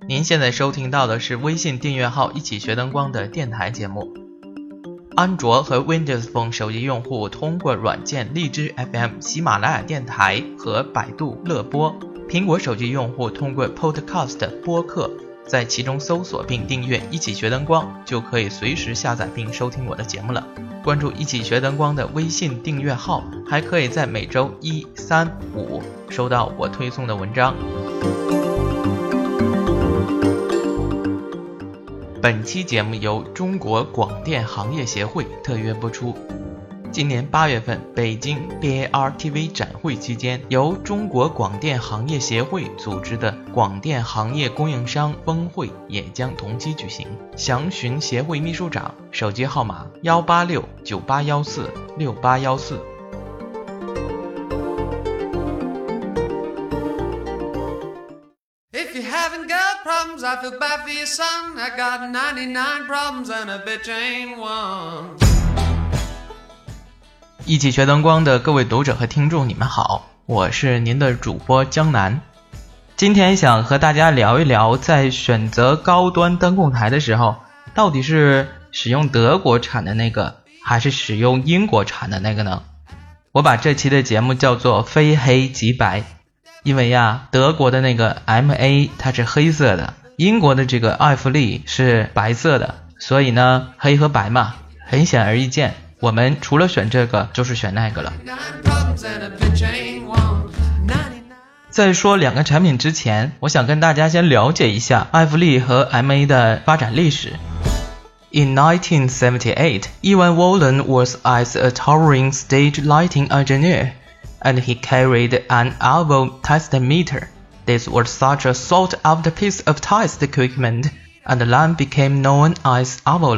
您现在收听到的是微信订阅号一起学灯光的电台节目。安卓和 Windows Phone 手机用户通过软件荔枝 FM、 喜马拉雅电台和百度乐播，苹果手机用户通过 Podcast 播客，在其中搜索并订阅一起学灯光，就可以随时下载并收听我的节目了。关注一起学灯光的微信订阅号，还可以在每周1、3、5收到我推送的文章。本期节目由中国广电行业协会特约播出。今年8月份，北京 BARTV 展会期间，由中国广电行业协会组织的广电行业供应商峰会也将同期举行。详询协会秘书长，手机号码186-9814-6814。 If you haven't got problems, I feel bad for your son. I got 99 problems and a bitch ain't one. 一起学灯光的各位读者和听众，你们好，我是您的主播江南。今天想和大家聊一聊，在选择高端灯控台的时候，到底是使用德国产的那个，还是使用英国产的那个呢？我把这期的节目叫做非黑即白，因为德国的那个 MA 它是黑色的，英国的这个艾弗利是白色的，所以呢，黑和白嘛，很显而易见。我们除了选这个就是选那个了。在说两个产品之前，我想跟大家先了解一下艾弗利和 MA 的发展历史。In 1978, Ivan Volin was as a towering stage lighting engineer, and he carried an Alvo test meter. This was such a sought-after piece of test equipment, and the lamp became known as Alvo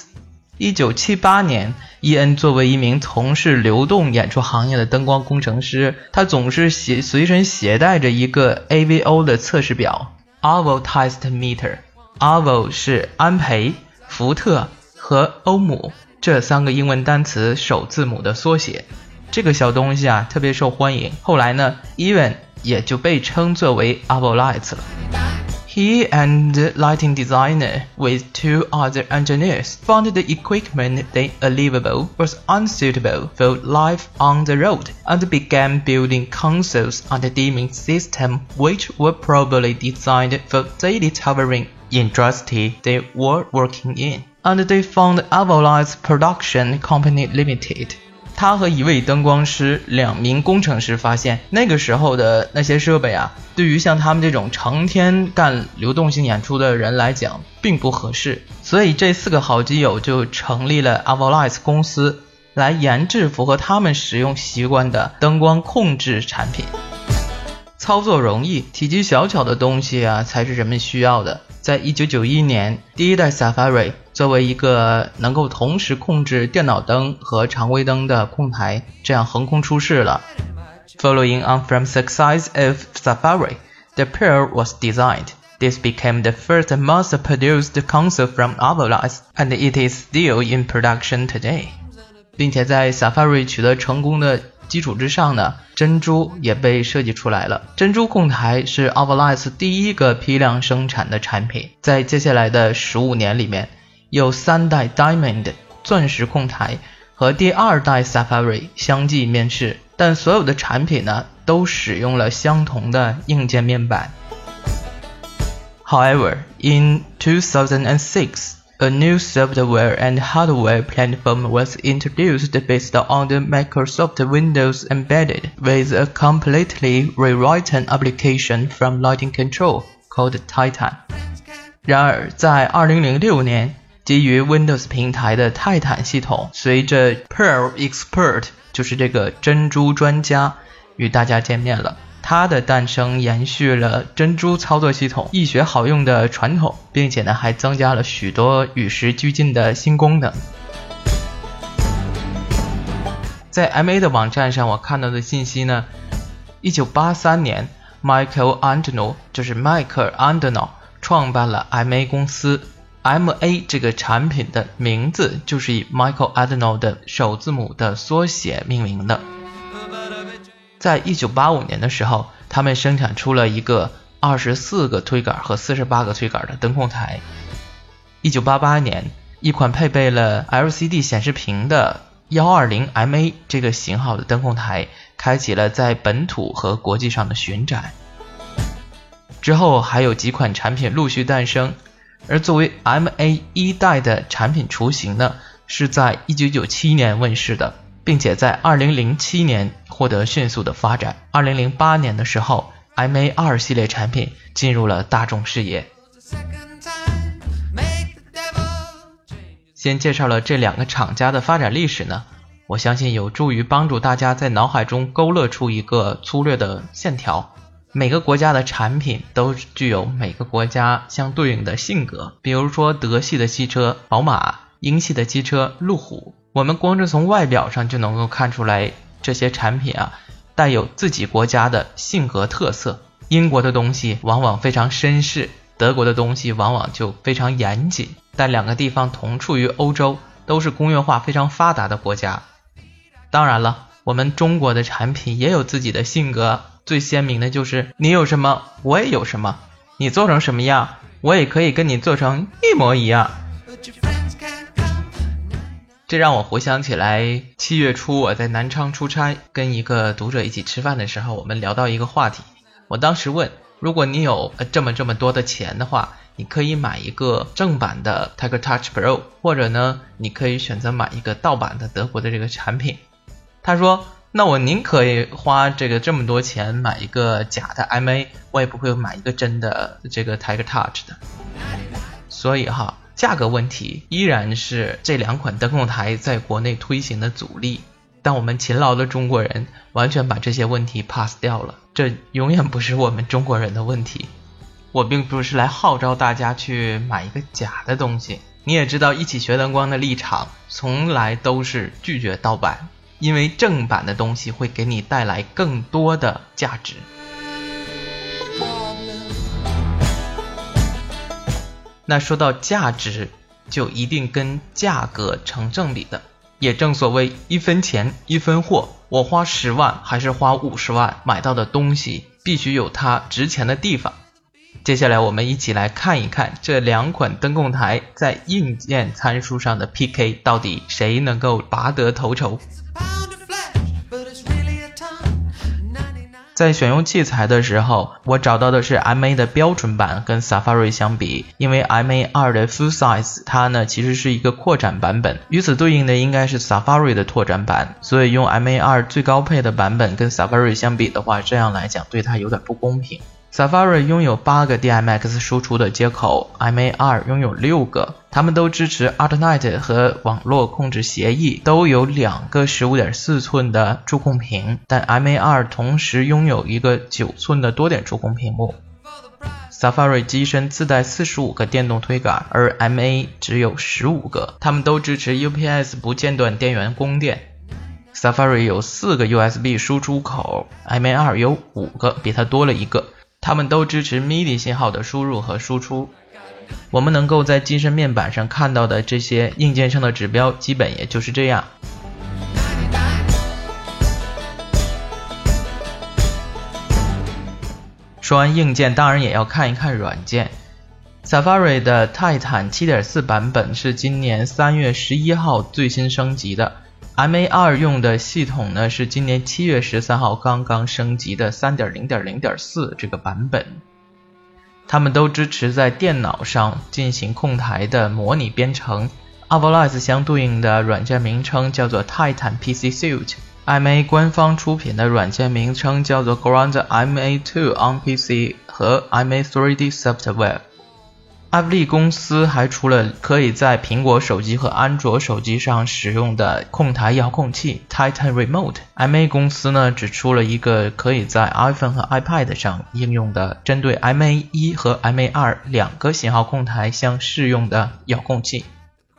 lights.1978年，伊恩作为一名从事流动演出行业的灯光工程师，他总是随身携带着一个 AVO 的测试表 Alvo Test Meter。Alvo 是安培、福特和欧姆这3个英文单词首字母的缩写。这个小东西特别受欢迎，后来呢 Ivan 也就被称作为 Alvo Lights 了。He and the lighting designer, with 2 other engineers, found the equipment they unbelievable was unsuitable for life on the road, and began building consoles and dimming systems which were probably designed for daily towering industry they were working in. And they found Alvo Lights Production Company Limited.他和一位灯光师2名工程师发现，那个时候的那些设备对于像他们这种成天干流动性演出的人来讲并不合适，所以这4个好基友就成立了 Alvo Lights 公司，来研制符合他们使用习惯的灯光控制产品。操作容易，体积小巧的东西才是人们需要的。在1991年，第一代 Safari 作为一个能够同时控制电脑灯和常规灯的控台，这样横空出世了。Following on from success of Safari, the Pearl was designed. This became the first mass-produced console from Alvo Lights, and it is still in production today. 并且在 Safari 取得成功的基础之上呢，珍珠也被设计出来了。珍珠控台是 Alvo Lights 第一个批量生产的产品，在接下来的15年里面，有3代 Diamond 钻石控台和第2代 Safari 相继面世，但所有的产品呢都使用了相同的硬件面板。However, in 2006, a new software and hardware platform was introduced based on the Microsoft Windows Embedded, with a completely rewritten application from lighting control called Titan. 然而，在2006年，基于 Windows 平台的泰坦系统，随着 Pearl Expert 就是这个珍珠专家与大家见面了。它的诞生延续了珍珠操作系统易学好用的传统，并且呢还增加了许多与时俱进的新功能。在 MA 的网站上我看到的信息呢，1983年 Michael Andino 就是迈克尔安德诺创办了 MA 公司。MA 这个产品的名字就是以 Michael Andino 的首字母的缩写命名的。在1985年的时候，他们生产出了一个 24个推杆和48个推杆的灯控台。1988年，一款配备了 LCD 显示屏的 120MA 这个型号的灯控台开启了在本土和国际上的巡展。之后还有几款产品陆续诞生，而作为 MA1 代的产品雏形呢，是在1997年问世的，并且在2007年获得迅速的发展。2008年的时候， MA2 系列产品进入了大众视野。先介绍了这两个厂家的发展历史呢，我相信有助于帮助大家在脑海中勾勒出一个粗略的线条。每个国家的产品都具有每个国家相对应的性格，比如说德系的汽车宝马，英系的汽车路虎。我们光是从外表上就能够看出来，这些产品带有自己国家的性格特色。英国的东西往往非常绅士，德国的东西往往就非常严谨，但两个地方同处于欧洲，都是工业化非常发达的国家。当然了，我们中国的产品也有自己的性格，最鲜明的就是你有什么我也有什么，你做成什么样我也可以跟你做成一模一样。这让我回想起来7月初我在南昌出差，跟一个读者一起吃饭的时候，我们聊到一个话题。我当时问，如果你有这么多的钱的话，你可以买一个正版的 Tiger Touch Pro， 或者呢你可以选择买一个盗版的德国的这个产品。他说，那我宁可花这么多钱买一个假的 MA， 我也不会买一个真的这个 Tiger Touch 的。所以价格问题依然是这两款灯控台在国内推行的阻力，但我们勤劳的中国人完全把这些问题 pass 掉了，这永远不是我们中国人的问题。我并不是来号召大家去买一个假的东西，你也知道一起学灯光的立场从来都是拒绝盗版，因为正版的东西会给你带来更多的价值。那说到价值，就一定跟价格成正比的，也正所谓一分钱一分货，我花10万还是花50万买到的东西必须有它值钱的地方。接下来我们一起来看一看这两款灯控台在硬件参数上的 PK， 到底谁能够拔得头筹。在选用器材的时候，我找到的是 MA 的标准版跟 Safari 相比，因为 MA2 的 Full Size 它呢其实是一个扩展版本，与此对应的应该是 Safari 的拓展版，所以用 MA2 最高配的版本跟 Safari 相比的话，这样来讲对它有点不公平。Safari 拥有8个 DMX 输出的接口， MA2 拥有6个，它们都支持 Alternate 和网络控制协议，都有2个 15.4 寸的触控屏，但 MA2 同时拥有一个9寸的多点触控屏幕。Safari 机身自带45个电动推杆，而 MA 只有15个，它们都支持 UPS 不间断电源供电。Safari 有4个 USB 输出口， MA2 有5个，比它多了1个。它们都支持 MIDI 信号的输入和输出。我们能够在机身面板上看到的这些硬件上的指标基本也就是这样。说完硬件，当然也要看一看软件。Safari 的泰坦 7.4 版本是今年3月11号最新升级的， MA2 用的系统呢是今年7月13号刚刚升级的 3.0.0.4 这个版本。它们都支持在电脑上进行控台的模拟编程。 Avolice 相对应的软件名称叫做 Titan PC Suite， MA 官方出品的软件名称叫做 Ground MA2 on PC 和 MA 3D Software。iFLY 公司还出了可以在苹果手机和安卓手机上使用的控台遥控器 Titan Remote。 MA 公司呢只出了一个可以在 iPhone 和 iPad 上应用的针对 MA1 和 MA2 2个型号控台相适用的遥控器。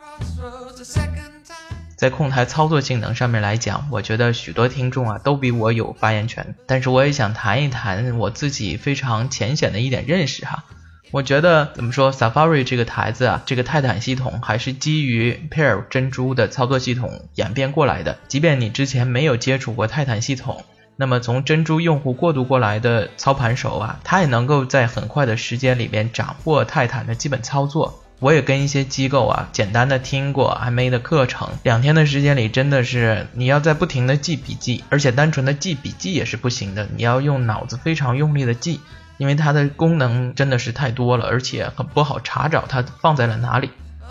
在控台操作性能上面来讲，我觉得许多听众都比我有发言权，但是我也想谈一谈我自己非常浅显的一点认识我觉得怎么说 Safari 这个台子这个泰坦系统还是基于 Pearl 珍珠的操作系统演变过来的。即便你之前没有接触过泰坦系统， 那么从珍珠用户过渡过来的操盘手啊，他也能够在很快的时间里边掌握泰坦的基本操作。我也跟一些机构啊简单的听过 MA 的课程，2天的时间里真的是你要在不停的记笔记，而且单纯的记笔记也是不行的，你要用脑子非常用力的记，因为它的功能真的是太多了，而且很不好查找它放在了哪里。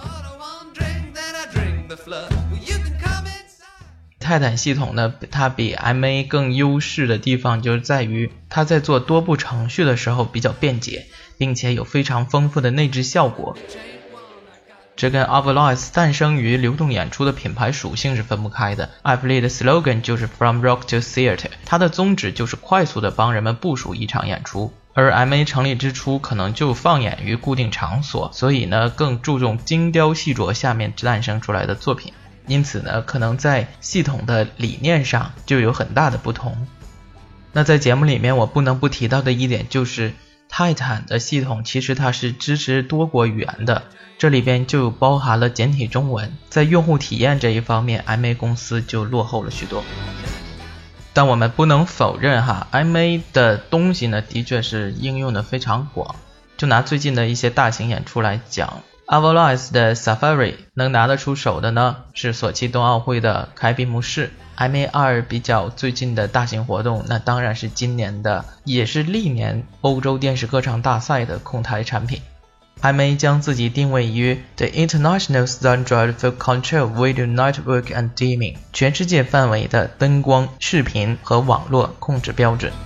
泰坦系统呢，它比 MA 更优势的地方就是在于它在做多步程序的时候比较便捷，并且有非常丰富的内置效果。这跟 Avalois 诞生于流动演出的品牌属性是分不开的。iFleet 的 slogan 就是 From Rock to Theater， 它的宗旨就是快速的帮人们部署一场演出。而 MA 成立之初可能就放眼于固定场所，所以呢更注重精雕细琢下面诞生出来的作品。因此呢，可能在系统的理念上就有很大的不同。那在节目里面我不能不提到的一点就是泰坦的系统其实它是支持多国语言的，这里边就包含了简体中文，在用户体验这一方面 MA 公司就落后了许多。但我们不能否认MA 的东西呢的确是应用的非常广。就拿最近的一些大型演出来讲，Avalois 的 Safari 能拿得出手的呢是索契冬奥会的开闭幕式。MA2 比较最近的大型活动，那当然是今年的也是历年欧洲电视歌唱大赛的控台产品。MA 将自己定位于 The International Standard for Control Video Network and Dimming， 全世界范围的灯光、视频和网络控制标准。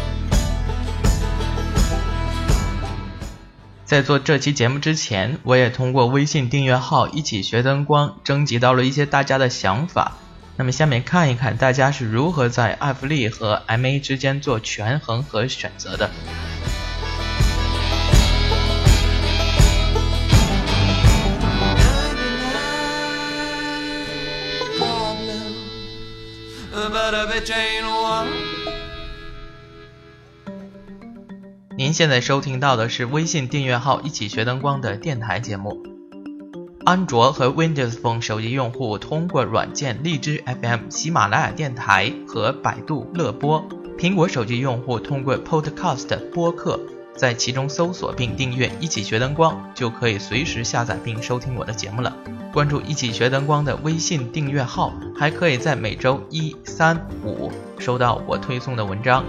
在做这期节目之前，我也通过微信订阅号一起学灯光征集到了一些大家的想法。那么下面看一看大家是如何在 iFleet 和 MA 之间做权衡和选择的。您现在收听到的是微信订阅号一起学灯光的电台节目。安卓和 Windows Phone 手机用户通过软件荔枝 FM、 喜马拉雅电台和百度乐播，苹果手机用户通过 Podcast 播客，在其中搜索并订阅一起学灯光，就可以随时下载并收听我的节目了。关注一起学灯光的微信订阅号，还可以在每周1、3、5收到我推送的文章。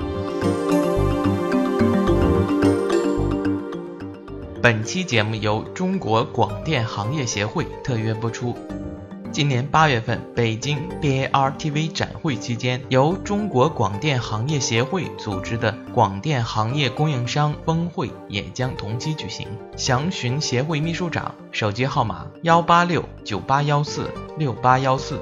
本期节目由中国广电行业协会特约播出。今年8月份北京 BARTV 展会期间，由中国广电行业协会组织的广电行业供应商峰会也将同期举行。详询协会秘书长，手机号码186-9814-6814。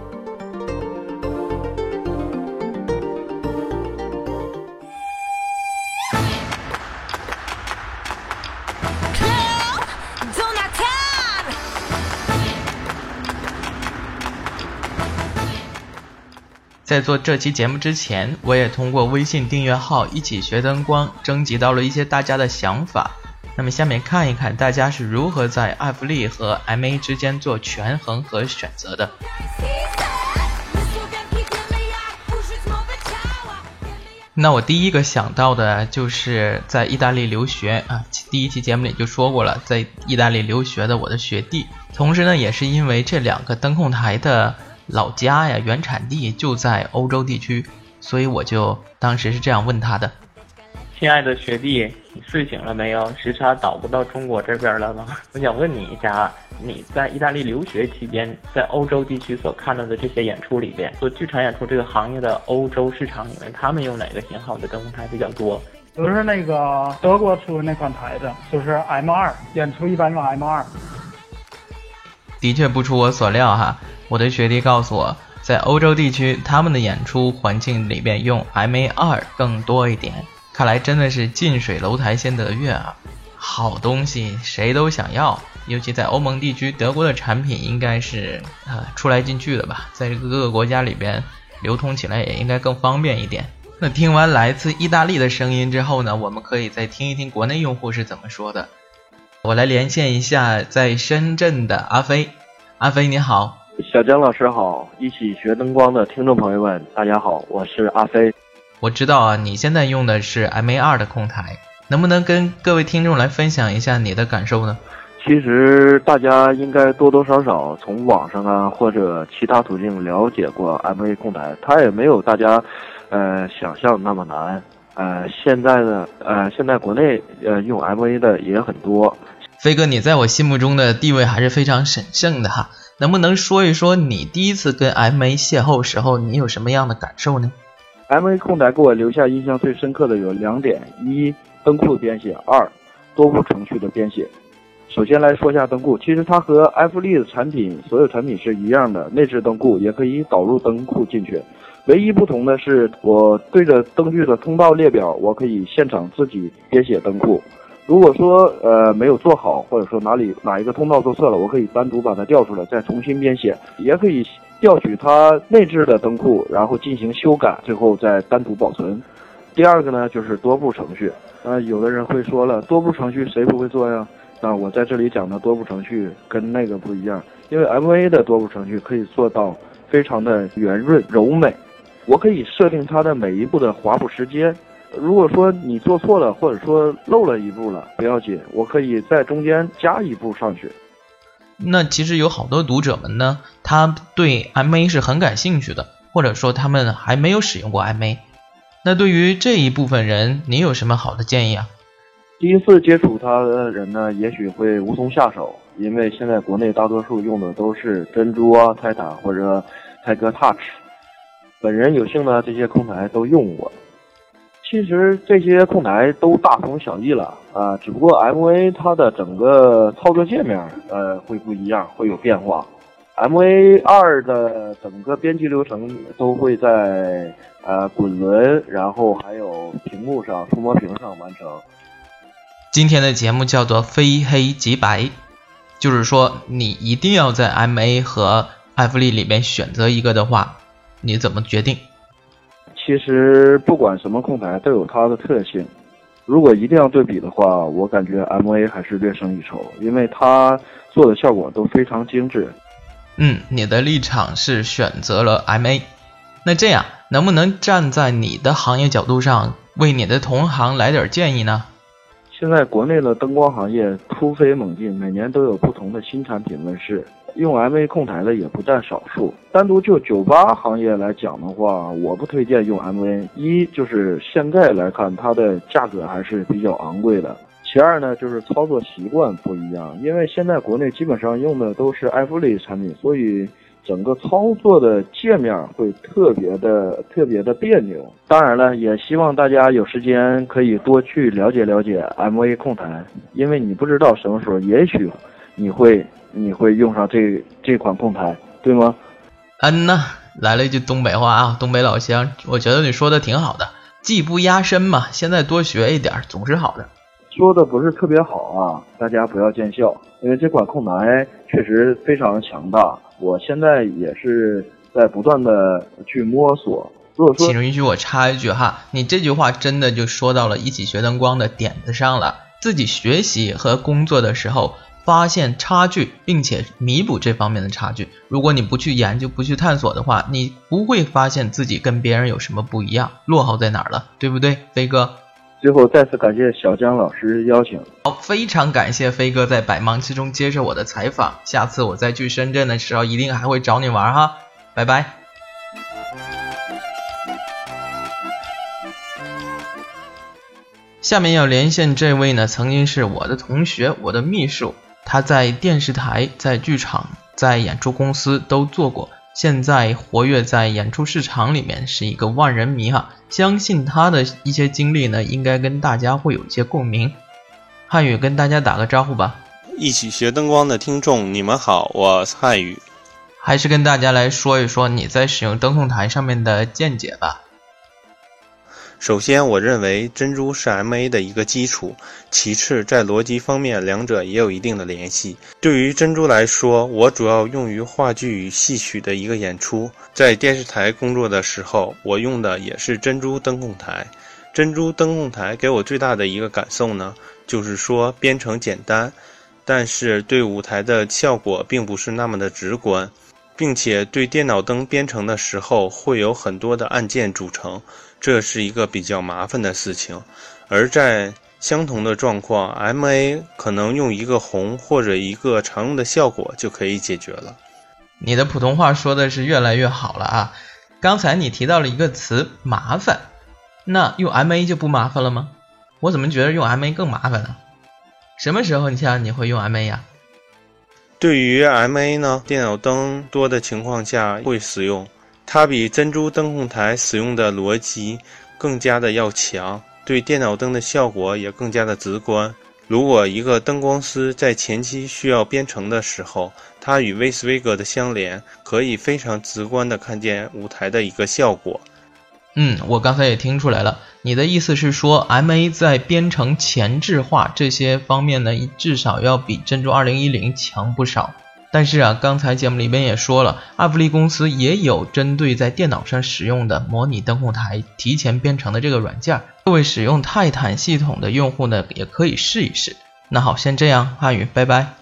在做这期节目之前，我也通过微信订阅号一起学灯光征集到了一些大家的想法。那么下面看一看大家是如何在 iFleet 和 MA 之间做权衡和选择的。那我第一个想到的就是在意大利留学第一期节目里就说过了，在意大利留学的我的学弟，同时呢也是因为这两个灯控台的老家呀，原产地就在欧洲地区，所以我就当时是这样问他的： 亲爱的学弟，你睡醒了没有？时差倒不到中国这边了吗？我想问你一下，你在意大利留学期间，在欧洲地区所看到的这些演出里边，做剧场演出这个行业的欧洲市场里面，他们用哪个型号的灯控台比较多？ 就是那个德国出的那款台的，就是 M2， 演出一般用 M2。 的确不出我所料我的学弟告诉我，在欧洲地区他们的演出环境里边用 MA2 更多一点。看来真的是近水楼台先得月好东西谁都想要，尤其在欧盟地区，德国的产品应该是出来进去的吧，在这个各个国家里边流通起来也应该更方便一点。那听完来自意大利的声音之后呢，我们可以再听一听国内用户是怎么说的。我来连线一下在深圳的阿飞。阿飞你好。 小江老师好，一起学灯光的听众朋友们大家好，我是阿飞。 我知道啊，你现在用的是 MA2 的控台，能不能跟各位听众来分享一下你的感受呢？ 其实大家应该多多少少从网上啊或者其他途径了解过 MA 控台，它也没有大家想象那么难。现在国内用 MA 的也很多。 飞哥，你在我心目中的地位还是非常神圣的哈，能不能说一说你第一次跟 MA 邂逅时候你有什么样的感受呢？ MA 控台给我留下印象最深刻的有2点：一，灯库编写；二，多步程序的编写。首先来说一下灯库，其实它和 F 力的产品所有产品是一样的，内置灯库也可以导入灯库进去，唯一不同的是我对着灯具的通道列表，我可以现场自己编写灯库。如果说没有做好，或者说哪一个通道做错了，我可以单独把它调出来再重新编写，也可以调取它内置的灯库然后进行修改，最后再单独保存。第二个呢就是多步程序。有的人会说了，多步程序谁不会做呀？那我在这里讲的多步程序跟那个不一样，因为 MA 的多步程序可以做到非常的圆润柔美，我可以设定它的每一步的滑步时间。如果说你做错了或者说漏了一步了，不要紧，我可以在中间加一步上去。 那其实有好多读者们呢，他对 MA 是很感兴趣的，或者说他们还没有使用过 MA。那对于这一部分人，你有什么好的建议啊？ 第一次接触它的人呢，也许会无从下手，因为现在国内大多数用的都是珍珠啊、泰坦或者泰格 Touch。本人有幸呢，这些控台都用过。其实这些控台都大同小异了只不过 MA 它的整个操作界面会不一样，会有变化。MA2 的整个编辑流程都会在滚轮，然后还有屏幕上、触摸屏上完成。 今天的节目叫做非黑即白，就是说你一定要在 MA 和 F 力里面选择一个的话，你怎么决定？ 其实不管什么控台都有它的特性，如果一定要对比的话，我感觉 MA 还是略胜一筹，因为它做的效果都非常精致。 你的立场是选择了 MA， 那这样能不能站在你的行业角度上为你的同行来点建议呢？ 现在国内的灯光行业突飞猛进，每年都有不同的新产品问世，用 MA 控台的也不占少数。单独就酒吧行业来讲的话，我不推荐用 MA。一就是现在来看，它的价格还是比较昂贵的。其二呢，就是操作习惯不一样，因为现在国内基本上用的都是 F 类产品，所以整个操作的界面会特别的别扭。当然了，也希望大家有时间可以多去了解了解 MA 控台，因为你不知道什么时候，也许你会用上这款控台，对吗？ 来了一句东北话啊，东北老乡，我觉得你说的挺好的，技不压身嘛，现在多学一点总是好的。 说的不是特别好啊，大家不要见笑，因为这款控台确实非常强大，我现在也是在不断的去摸索。如果说， 请允许我插一句哈，你这句话真的就说到了一起学灯光的点子上了。自己学习和工作的时候发现差距，并且弥补这方面的差距，如果你不去研究不去探索的话，你不会发现自己跟别人有什么不一样，落后在哪儿了，对不对飞哥？ 最后再次感谢小江老师邀请。 好，非常感谢飞哥在百忙之中接受我的采访，下次我再去深圳的时候一定还会找你玩哈，拜拜。下面要连线这位呢，曾经是我的同学，我的秘书，他在电视台、在剧场、在演出公司都做过，现在活跃在演出市场里面，是一个万人迷哈。相信他的一些经历呢，应该跟大家会有一些共鸣。汉语跟大家打个招呼吧。 一起学灯光的听众，你们好，我是汉语。 还是跟大家来说一说你在使用灯控台上面的见解吧。 首先，我认为珍珠是 MA 的一个基础，其次在逻辑方面两者也有一定的联系。对于珍珠来说，我主要用于话剧与戏曲的一个演出，在电视台工作的时候，我用的也是珍珠灯控台。珍珠灯控台给我最大的一个感受呢，就是说编程简单，但是对舞台的效果并不是那么的直观，并且对电脑灯编程的时候会有很多的按键组成， 这是一个比较麻烦的事情。而在相同的状况， MA 可能用一个红或者一个常用的效果就可以解决了。 你的普通话说的是越来越好了啊！刚才你提到了一个词麻烦，那用 MA 就不麻烦了吗？我怎么觉得用 MA 更麻烦呢？什么时候你会用 MA 呀？ 对于 MA 呢，电脑灯多的情况下会使用，它比珍珠灯控台使用的逻辑更加的要强，对电脑灯的效果也更加的直观。如果一个灯光师在前期需要编程的时候，它与 VSWIG 的相连，可以非常直观的看见舞台的一个效果。 我刚才也听出来了，你的意思是说 MA 在编程前置化这些方面呢，至少要比珍珠2010强不少。但是刚才节目里边也说了，艾弗利公司也有针对在电脑上使用的模拟灯控台提前编程的这个软件，各位使用泰坦系统的用户呢，也可以试一试。那好，先这样，汉语拜拜。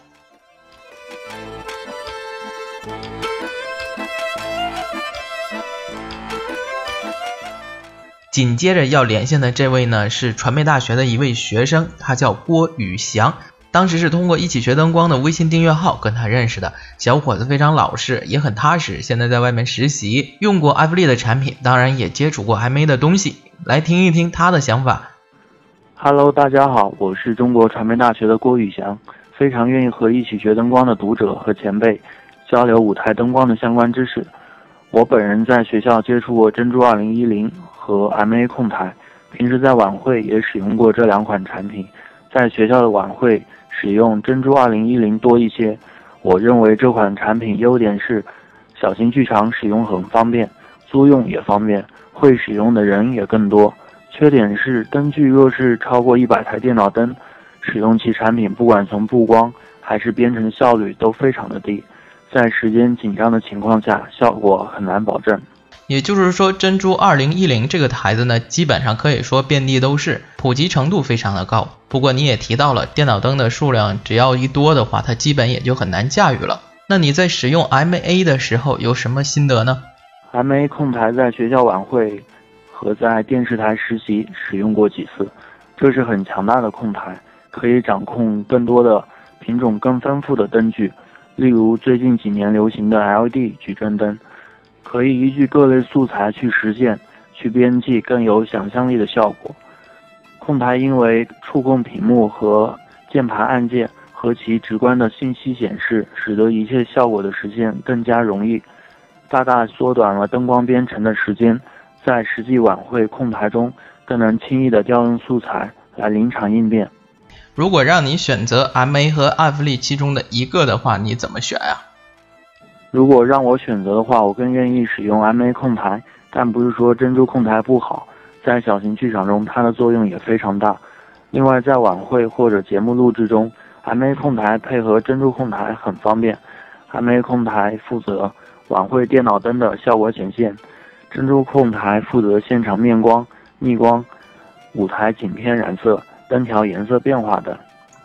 紧接着要连线的这位呢，是传媒大学的一位学生，他叫郭宇翔。当时是通过一起学灯光的微信订阅号跟他认识的，小伙子非常老实，也很踏实，现在在外面实习，用过艾弗利的产品，当然也接触过 MA 的东西。来听一听他的想法。 Hello， 大家好，我是中国传媒大学的郭宇翔，非常愿意和一起学灯光的读者和前辈交流舞台灯光的相关知识。我本人在学校接触过珍珠2010和 MA 控台，平时在晚会也使用过这两款产品。在学校的晚会使用珍珠2010多一些。我认为这款产品优点是小型剧场使用很方便，租用也方便，会使用的人也更多。缺点是灯具若是超过100台电脑灯，使用其产品不管从布光还是编程效率都非常的低，在时间紧张的情况下，效果很难保证。 也就是说，珍珠2010这个台子呢，基本上可以说遍地都是，普及程度非常的高。不过你也提到了，电脑灯的数量只要一多的话，它基本也就很难驾驭了。那你在使用 MA 的时候有什么心得呢？ MA 控台在学校晚会和在电视台实习使用过几次，这是很强大的控台，可以掌控更多的品种更丰富的灯具，例如最近几年流行的 LED 矩阵灯，可以依据各类素材去实现，去编辑更有想象力的效果。控台因为触控屏幕和键盘按键和其直观的信息显示，使得一切效果的实现更加容易，大大缩短了灯光编程的时间，在实际晚会控台中更能轻易地调用素材来临场应变。 如果让你选择 MA 和艾弗利其中的一个的话，你怎么选啊？ 如果让我选择的话，我更愿意使用 MA 控台，但不是说珍珠控台不好，在小型剧场中它的作用也非常大。另外在晚会或者节目录制中， MA 控台配合珍珠控台很方便。 MA 控台负责晚会电脑灯的效果显现，珍珠控台负责现场面光、逆光、舞台景片染色、灯条颜色变化等。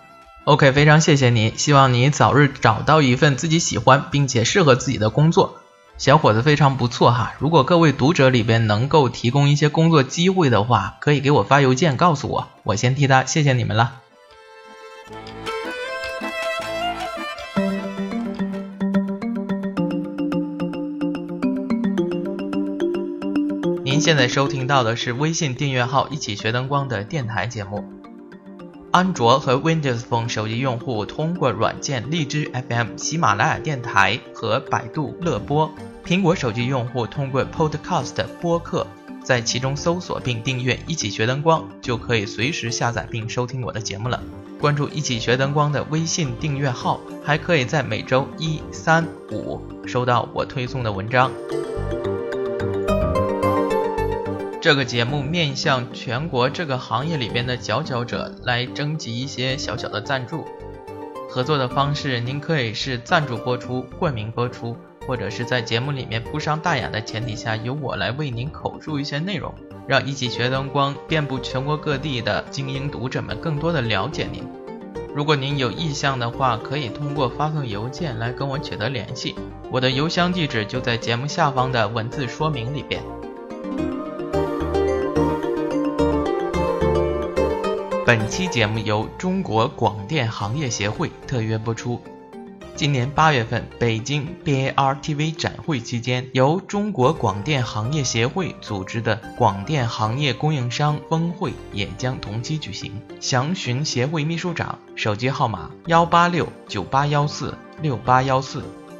OK， 非常谢谢你，希望你早日找到一份自己喜欢并且适合自己的工作。小伙子非常不错哈，如果各位读者里边能够提供一些工作机会的话，可以给我发邮件告诉我，我先替他谢谢你们了。您现在收听到的是微信订阅号一起学灯光的电台节目。安卓和 Windows Phone 手机用户通过软件荔枝 FM、 喜马拉雅电台和百度乐播，苹果手机用户通过 Podcast 播客，在其中搜索并订阅一起学灯光，就可以随时下载并收听我的节目了。关注一起学灯光的微信订阅号，还可以在每周1、3、5收到我推送的文章。这个节目面向全国这个行业里边的佼佼者来征集一些小小的赞助。合作的方式，您可以是赞助播出、冠名播出，或者是在节目里面不伤大雅的前提下，由我来为您口述一些内容，让一起学灯光遍布全国各地的精英读者们更多的了解您。如果您有意向的话，可以通过发送邮件来跟我取得联系，我的邮箱地址就在节目下方的文字说明里边。 本期节目由中国广电行业协会特约播出。今年8月份北京 BARTV 展会期间，由中国广电行业协会组织的广电行业供应商峰会也将同期举行。详询协会秘书长，手机号码18698146814。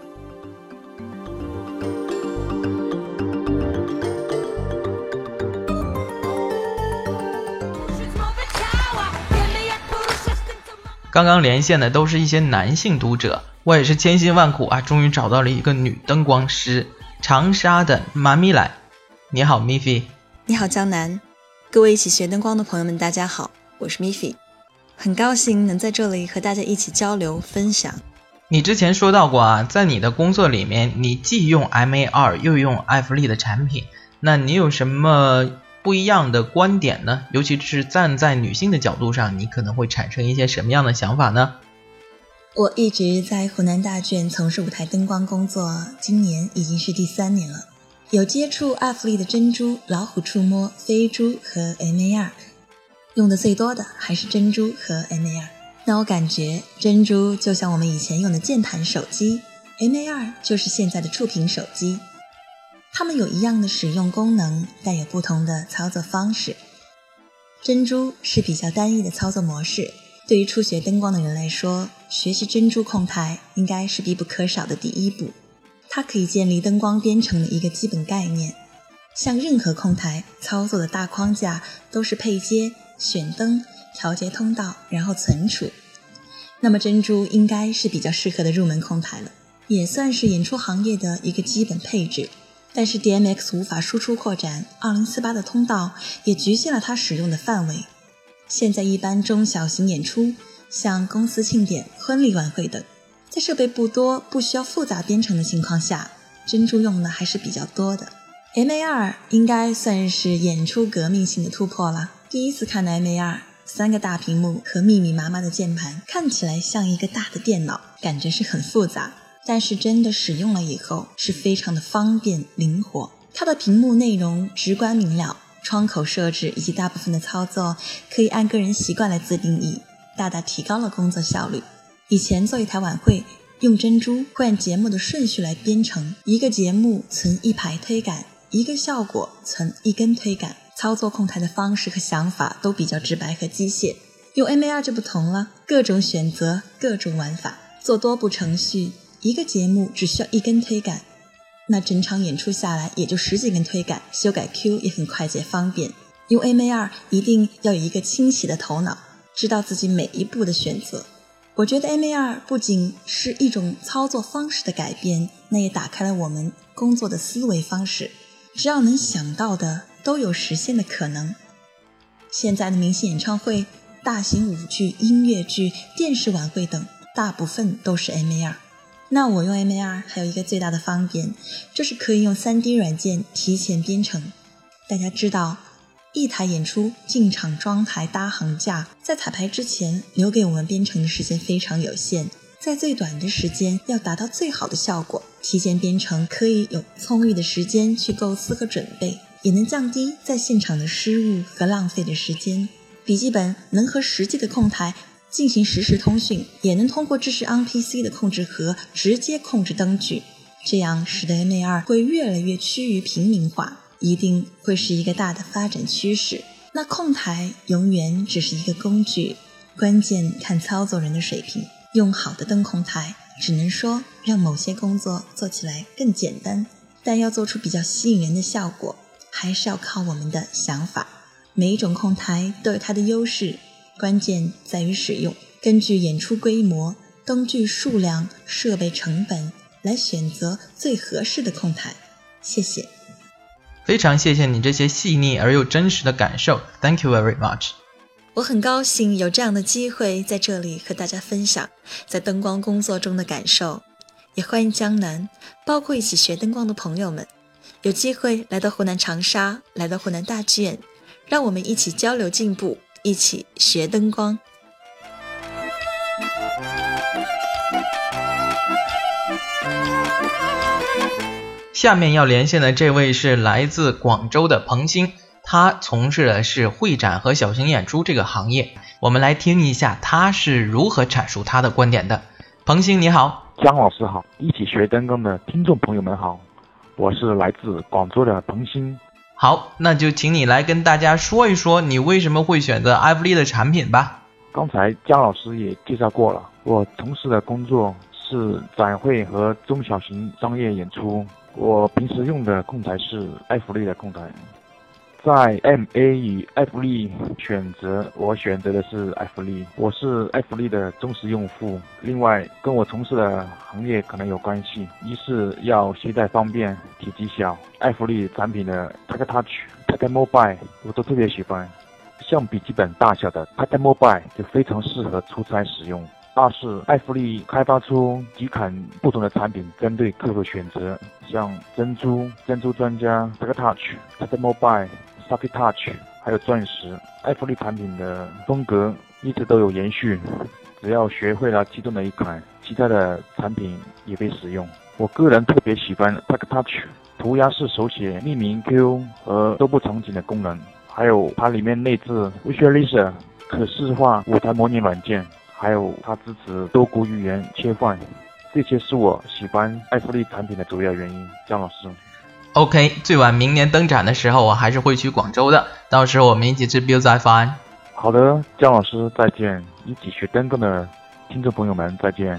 刚刚连线的都是一些男性读者，我也是千辛万苦终于找到了一个女灯光师，长沙的妈咪来。你好 Miffy。 你好江南，各位一起学灯光的朋友们大家好，我是 Miffy， 很高兴能在这里和大家一起交流分享。 你之前说到过在你的工作里面你既用 MA2 又用艾弗利的产品，那你有什么不一样的观点呢？尤其是站在女性的角度上，你可能会产生一些什么样的想法呢？ 我一直在湖南大剧院从事舞台灯光工作，今年已经是第3年了，有接触艾弗利的珍珠、老虎触摸、飞珠和 MA2， 用的最多的还是珍珠和 MA2。 那我感觉珍珠就像我们以前用的键盘手机， MA2 就是现在的触屏手机，它们有一样的使用功能，但有不同的操作方式。珍珠是比较单一的操作模式，对于初学灯光的人来说，学习珍珠控台应该是必不可少的第一步。它可以建立灯光编程的一个基本概念，像任何控台操作的大框架都是配接、选灯、调节通道，然后存储。那么珍珠应该是比较适合的入门控台了，也算是演出行业的一个基本配置。但是 DMX 无法输出扩展，2048的通道也局限了它使用的范围。现在一般中小型演出，像公司庆典、婚礼晚会等，在设备不多、不需要复杂编程的情况下，珍珠用的还是比较多的。MA2 应该算是演出革命性的突破了。第一次看的 MA2， 3个大屏幕和密密麻麻的键盘，看起来像一个大的电脑，感觉是很复杂。但是真的使用了以后是非常的方便灵活，它的屏幕内容直观明了，窗口设置以及大部分的操作可以按个人习惯来自定义，大大提高了工作效率。以前做一台晚会用珍珠会按节目的顺序来编程，一个节目存1排推杆，一个效果存1根推杆，操作控台的方式和想法都比较直白和机械。用 MA2 就不同了，各种选择，各种玩法，做多步程序，一个节目只需要1根推杆，那整场演出下来也就10几根推杆，修改 Q 也很快捷方便。用 MA2 一定要有一个清晰的头脑，知道自己每一步的选择。我觉得 MA2 不仅是一种操作方式的改变，那也打开了我们工作的思维方式，只要能想到的都有实现的可能。现在的明星演唱会、大型舞剧、音乐剧、电视晚会等，大部分都是 MA2。那我用 MA2 还有一个最大的方便，就是可以用 3D 软件提前编程。大家知道，一台演出进场装台搭行架，在彩排之前留给我们编程的时间非常有限，在最短的时间要达到最好的效果，提前编程可以有充裕的时间去构思和准备，也能降低在现场的失误和浪费的时间。笔记本能和实际的控台进行实时通讯，也能通过支持 OnPC 的控制盒直接控制灯具，这样使得 MA2 会越来越趋于平民化，一定会是一个大的发展趋势。那控台永远只是一个工具，关键看操作人的水平。用好的灯控台只能说让某些工作做起来更简单，但要做出比较吸引人的效果，还是要靠我们的想法。每一种控台都有它的优势，关键在于使用，根据演出规模、灯具数量、设备成本来选择最合适的控台。谢谢。 非常谢谢你这些细腻而又真实的感受 Thank you very much。 我很高兴有这样的机会在这里和大家分享在灯光工作中的感受，也欢迎江南包括一起学灯光的朋友们有机会来到湖南长沙，来到湖南大剧院，让我们一起交流进步，一起学灯光。 下面要连线的这位是来自广州的彭鑫， 他从事的是会展和小型演出这个行业。我们来听一下他是如何阐述他的观点的。彭星你好。 姜老师好，一起学灯光的听众朋友们好，我是来自广州的彭星。 好，那就请你来跟大家说一说你为什么会选择艾弗利的产品吧。 刚才姜老师也介绍过了，我从事的工作是展会和中小型商业演出，我平时用的控台是艾弗利的控台。在 MA 与艾弗利选择，我选择的是艾弗利，我是艾弗利的忠实用户。另外跟我从事的行业可能有关系，一是要携带方便，体积小，艾弗利产品的 Tag Touch、Tag Mobile 我都特别喜欢，像笔记本大小的 Tag Mobile 就非常适合出差使用。二是艾弗利开发出几款不同的产品，针对客户选择，像珍珠专家 Tag Touch、Tag Mobile、Socket Touch 还有钻石。艾弗利产品的风格一直都有延续，只要学会了其中的一款，其他的产品也被使用。我个人特别喜欢 Tag Touch 涂鸦式手写匿名 Q 和多部场景的功能，还有它里面内置 Visualizer 可视化舞台模拟软件，还有它支持多国语言切换，这些是我喜欢艾弗利产品的主要原因。姜老师 OK， 最晚明年登展的时候我还是会去广州的，到时候我们一起吃 Bill 仔饭。 好的，姜老师再见，一起学灯光的听众朋友们再见。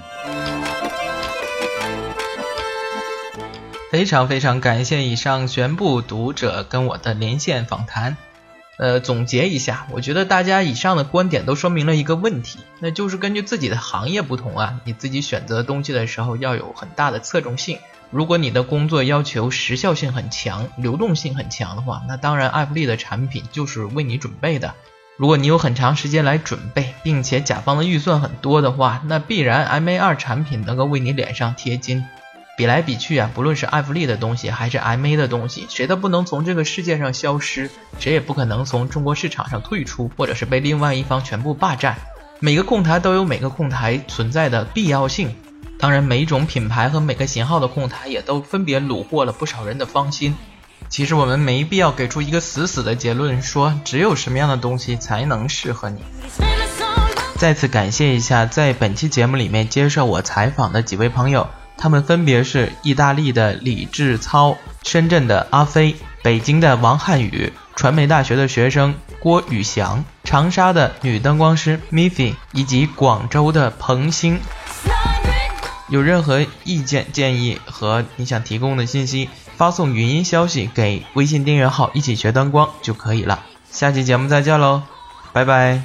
非常非常感谢以上全部读者跟我的连线访谈。总结一下，我觉得大家以上的观点都说明了一个问题，那就是根据自己的行业不同啊，你自己选择东西的时候要有很大的侧重性。如果你的工作要求时效性很强，流动性很强的话，那当然艾弗利的产品就是为你准备的。如果你有很长时间来准备，并且甲方的预算很多的话，那必然 MA2 产品能够为你脸上贴金。比来比去啊，不论是艾弗利的东西还是 MA 的东西，谁都不能从这个世界上消失，谁也不可能从中国市场上退出，或者是被另外一方全部霸占。每个控台都有每个控台存在的必要性，当然每一种品牌和每个型号的控台也都分别虏获了不少人的芳心。其实我们没必要给出一个死的结论，说只有什么样的东西才能适合你。再次感谢一下在本期节目里面接受我采访的几位朋友，他们分别是意大利的李志操、深圳的阿飞、北京的王汉宇、传媒大学的学生郭宇翔、长沙的女灯光师 Miffy 以及广州的彭星。有任何意见建议和你想提供的信息，发送语音消息给微信订阅号一起学灯光就可以了。下期节目再见喽，拜拜。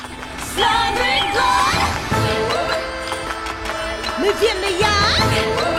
没变没样。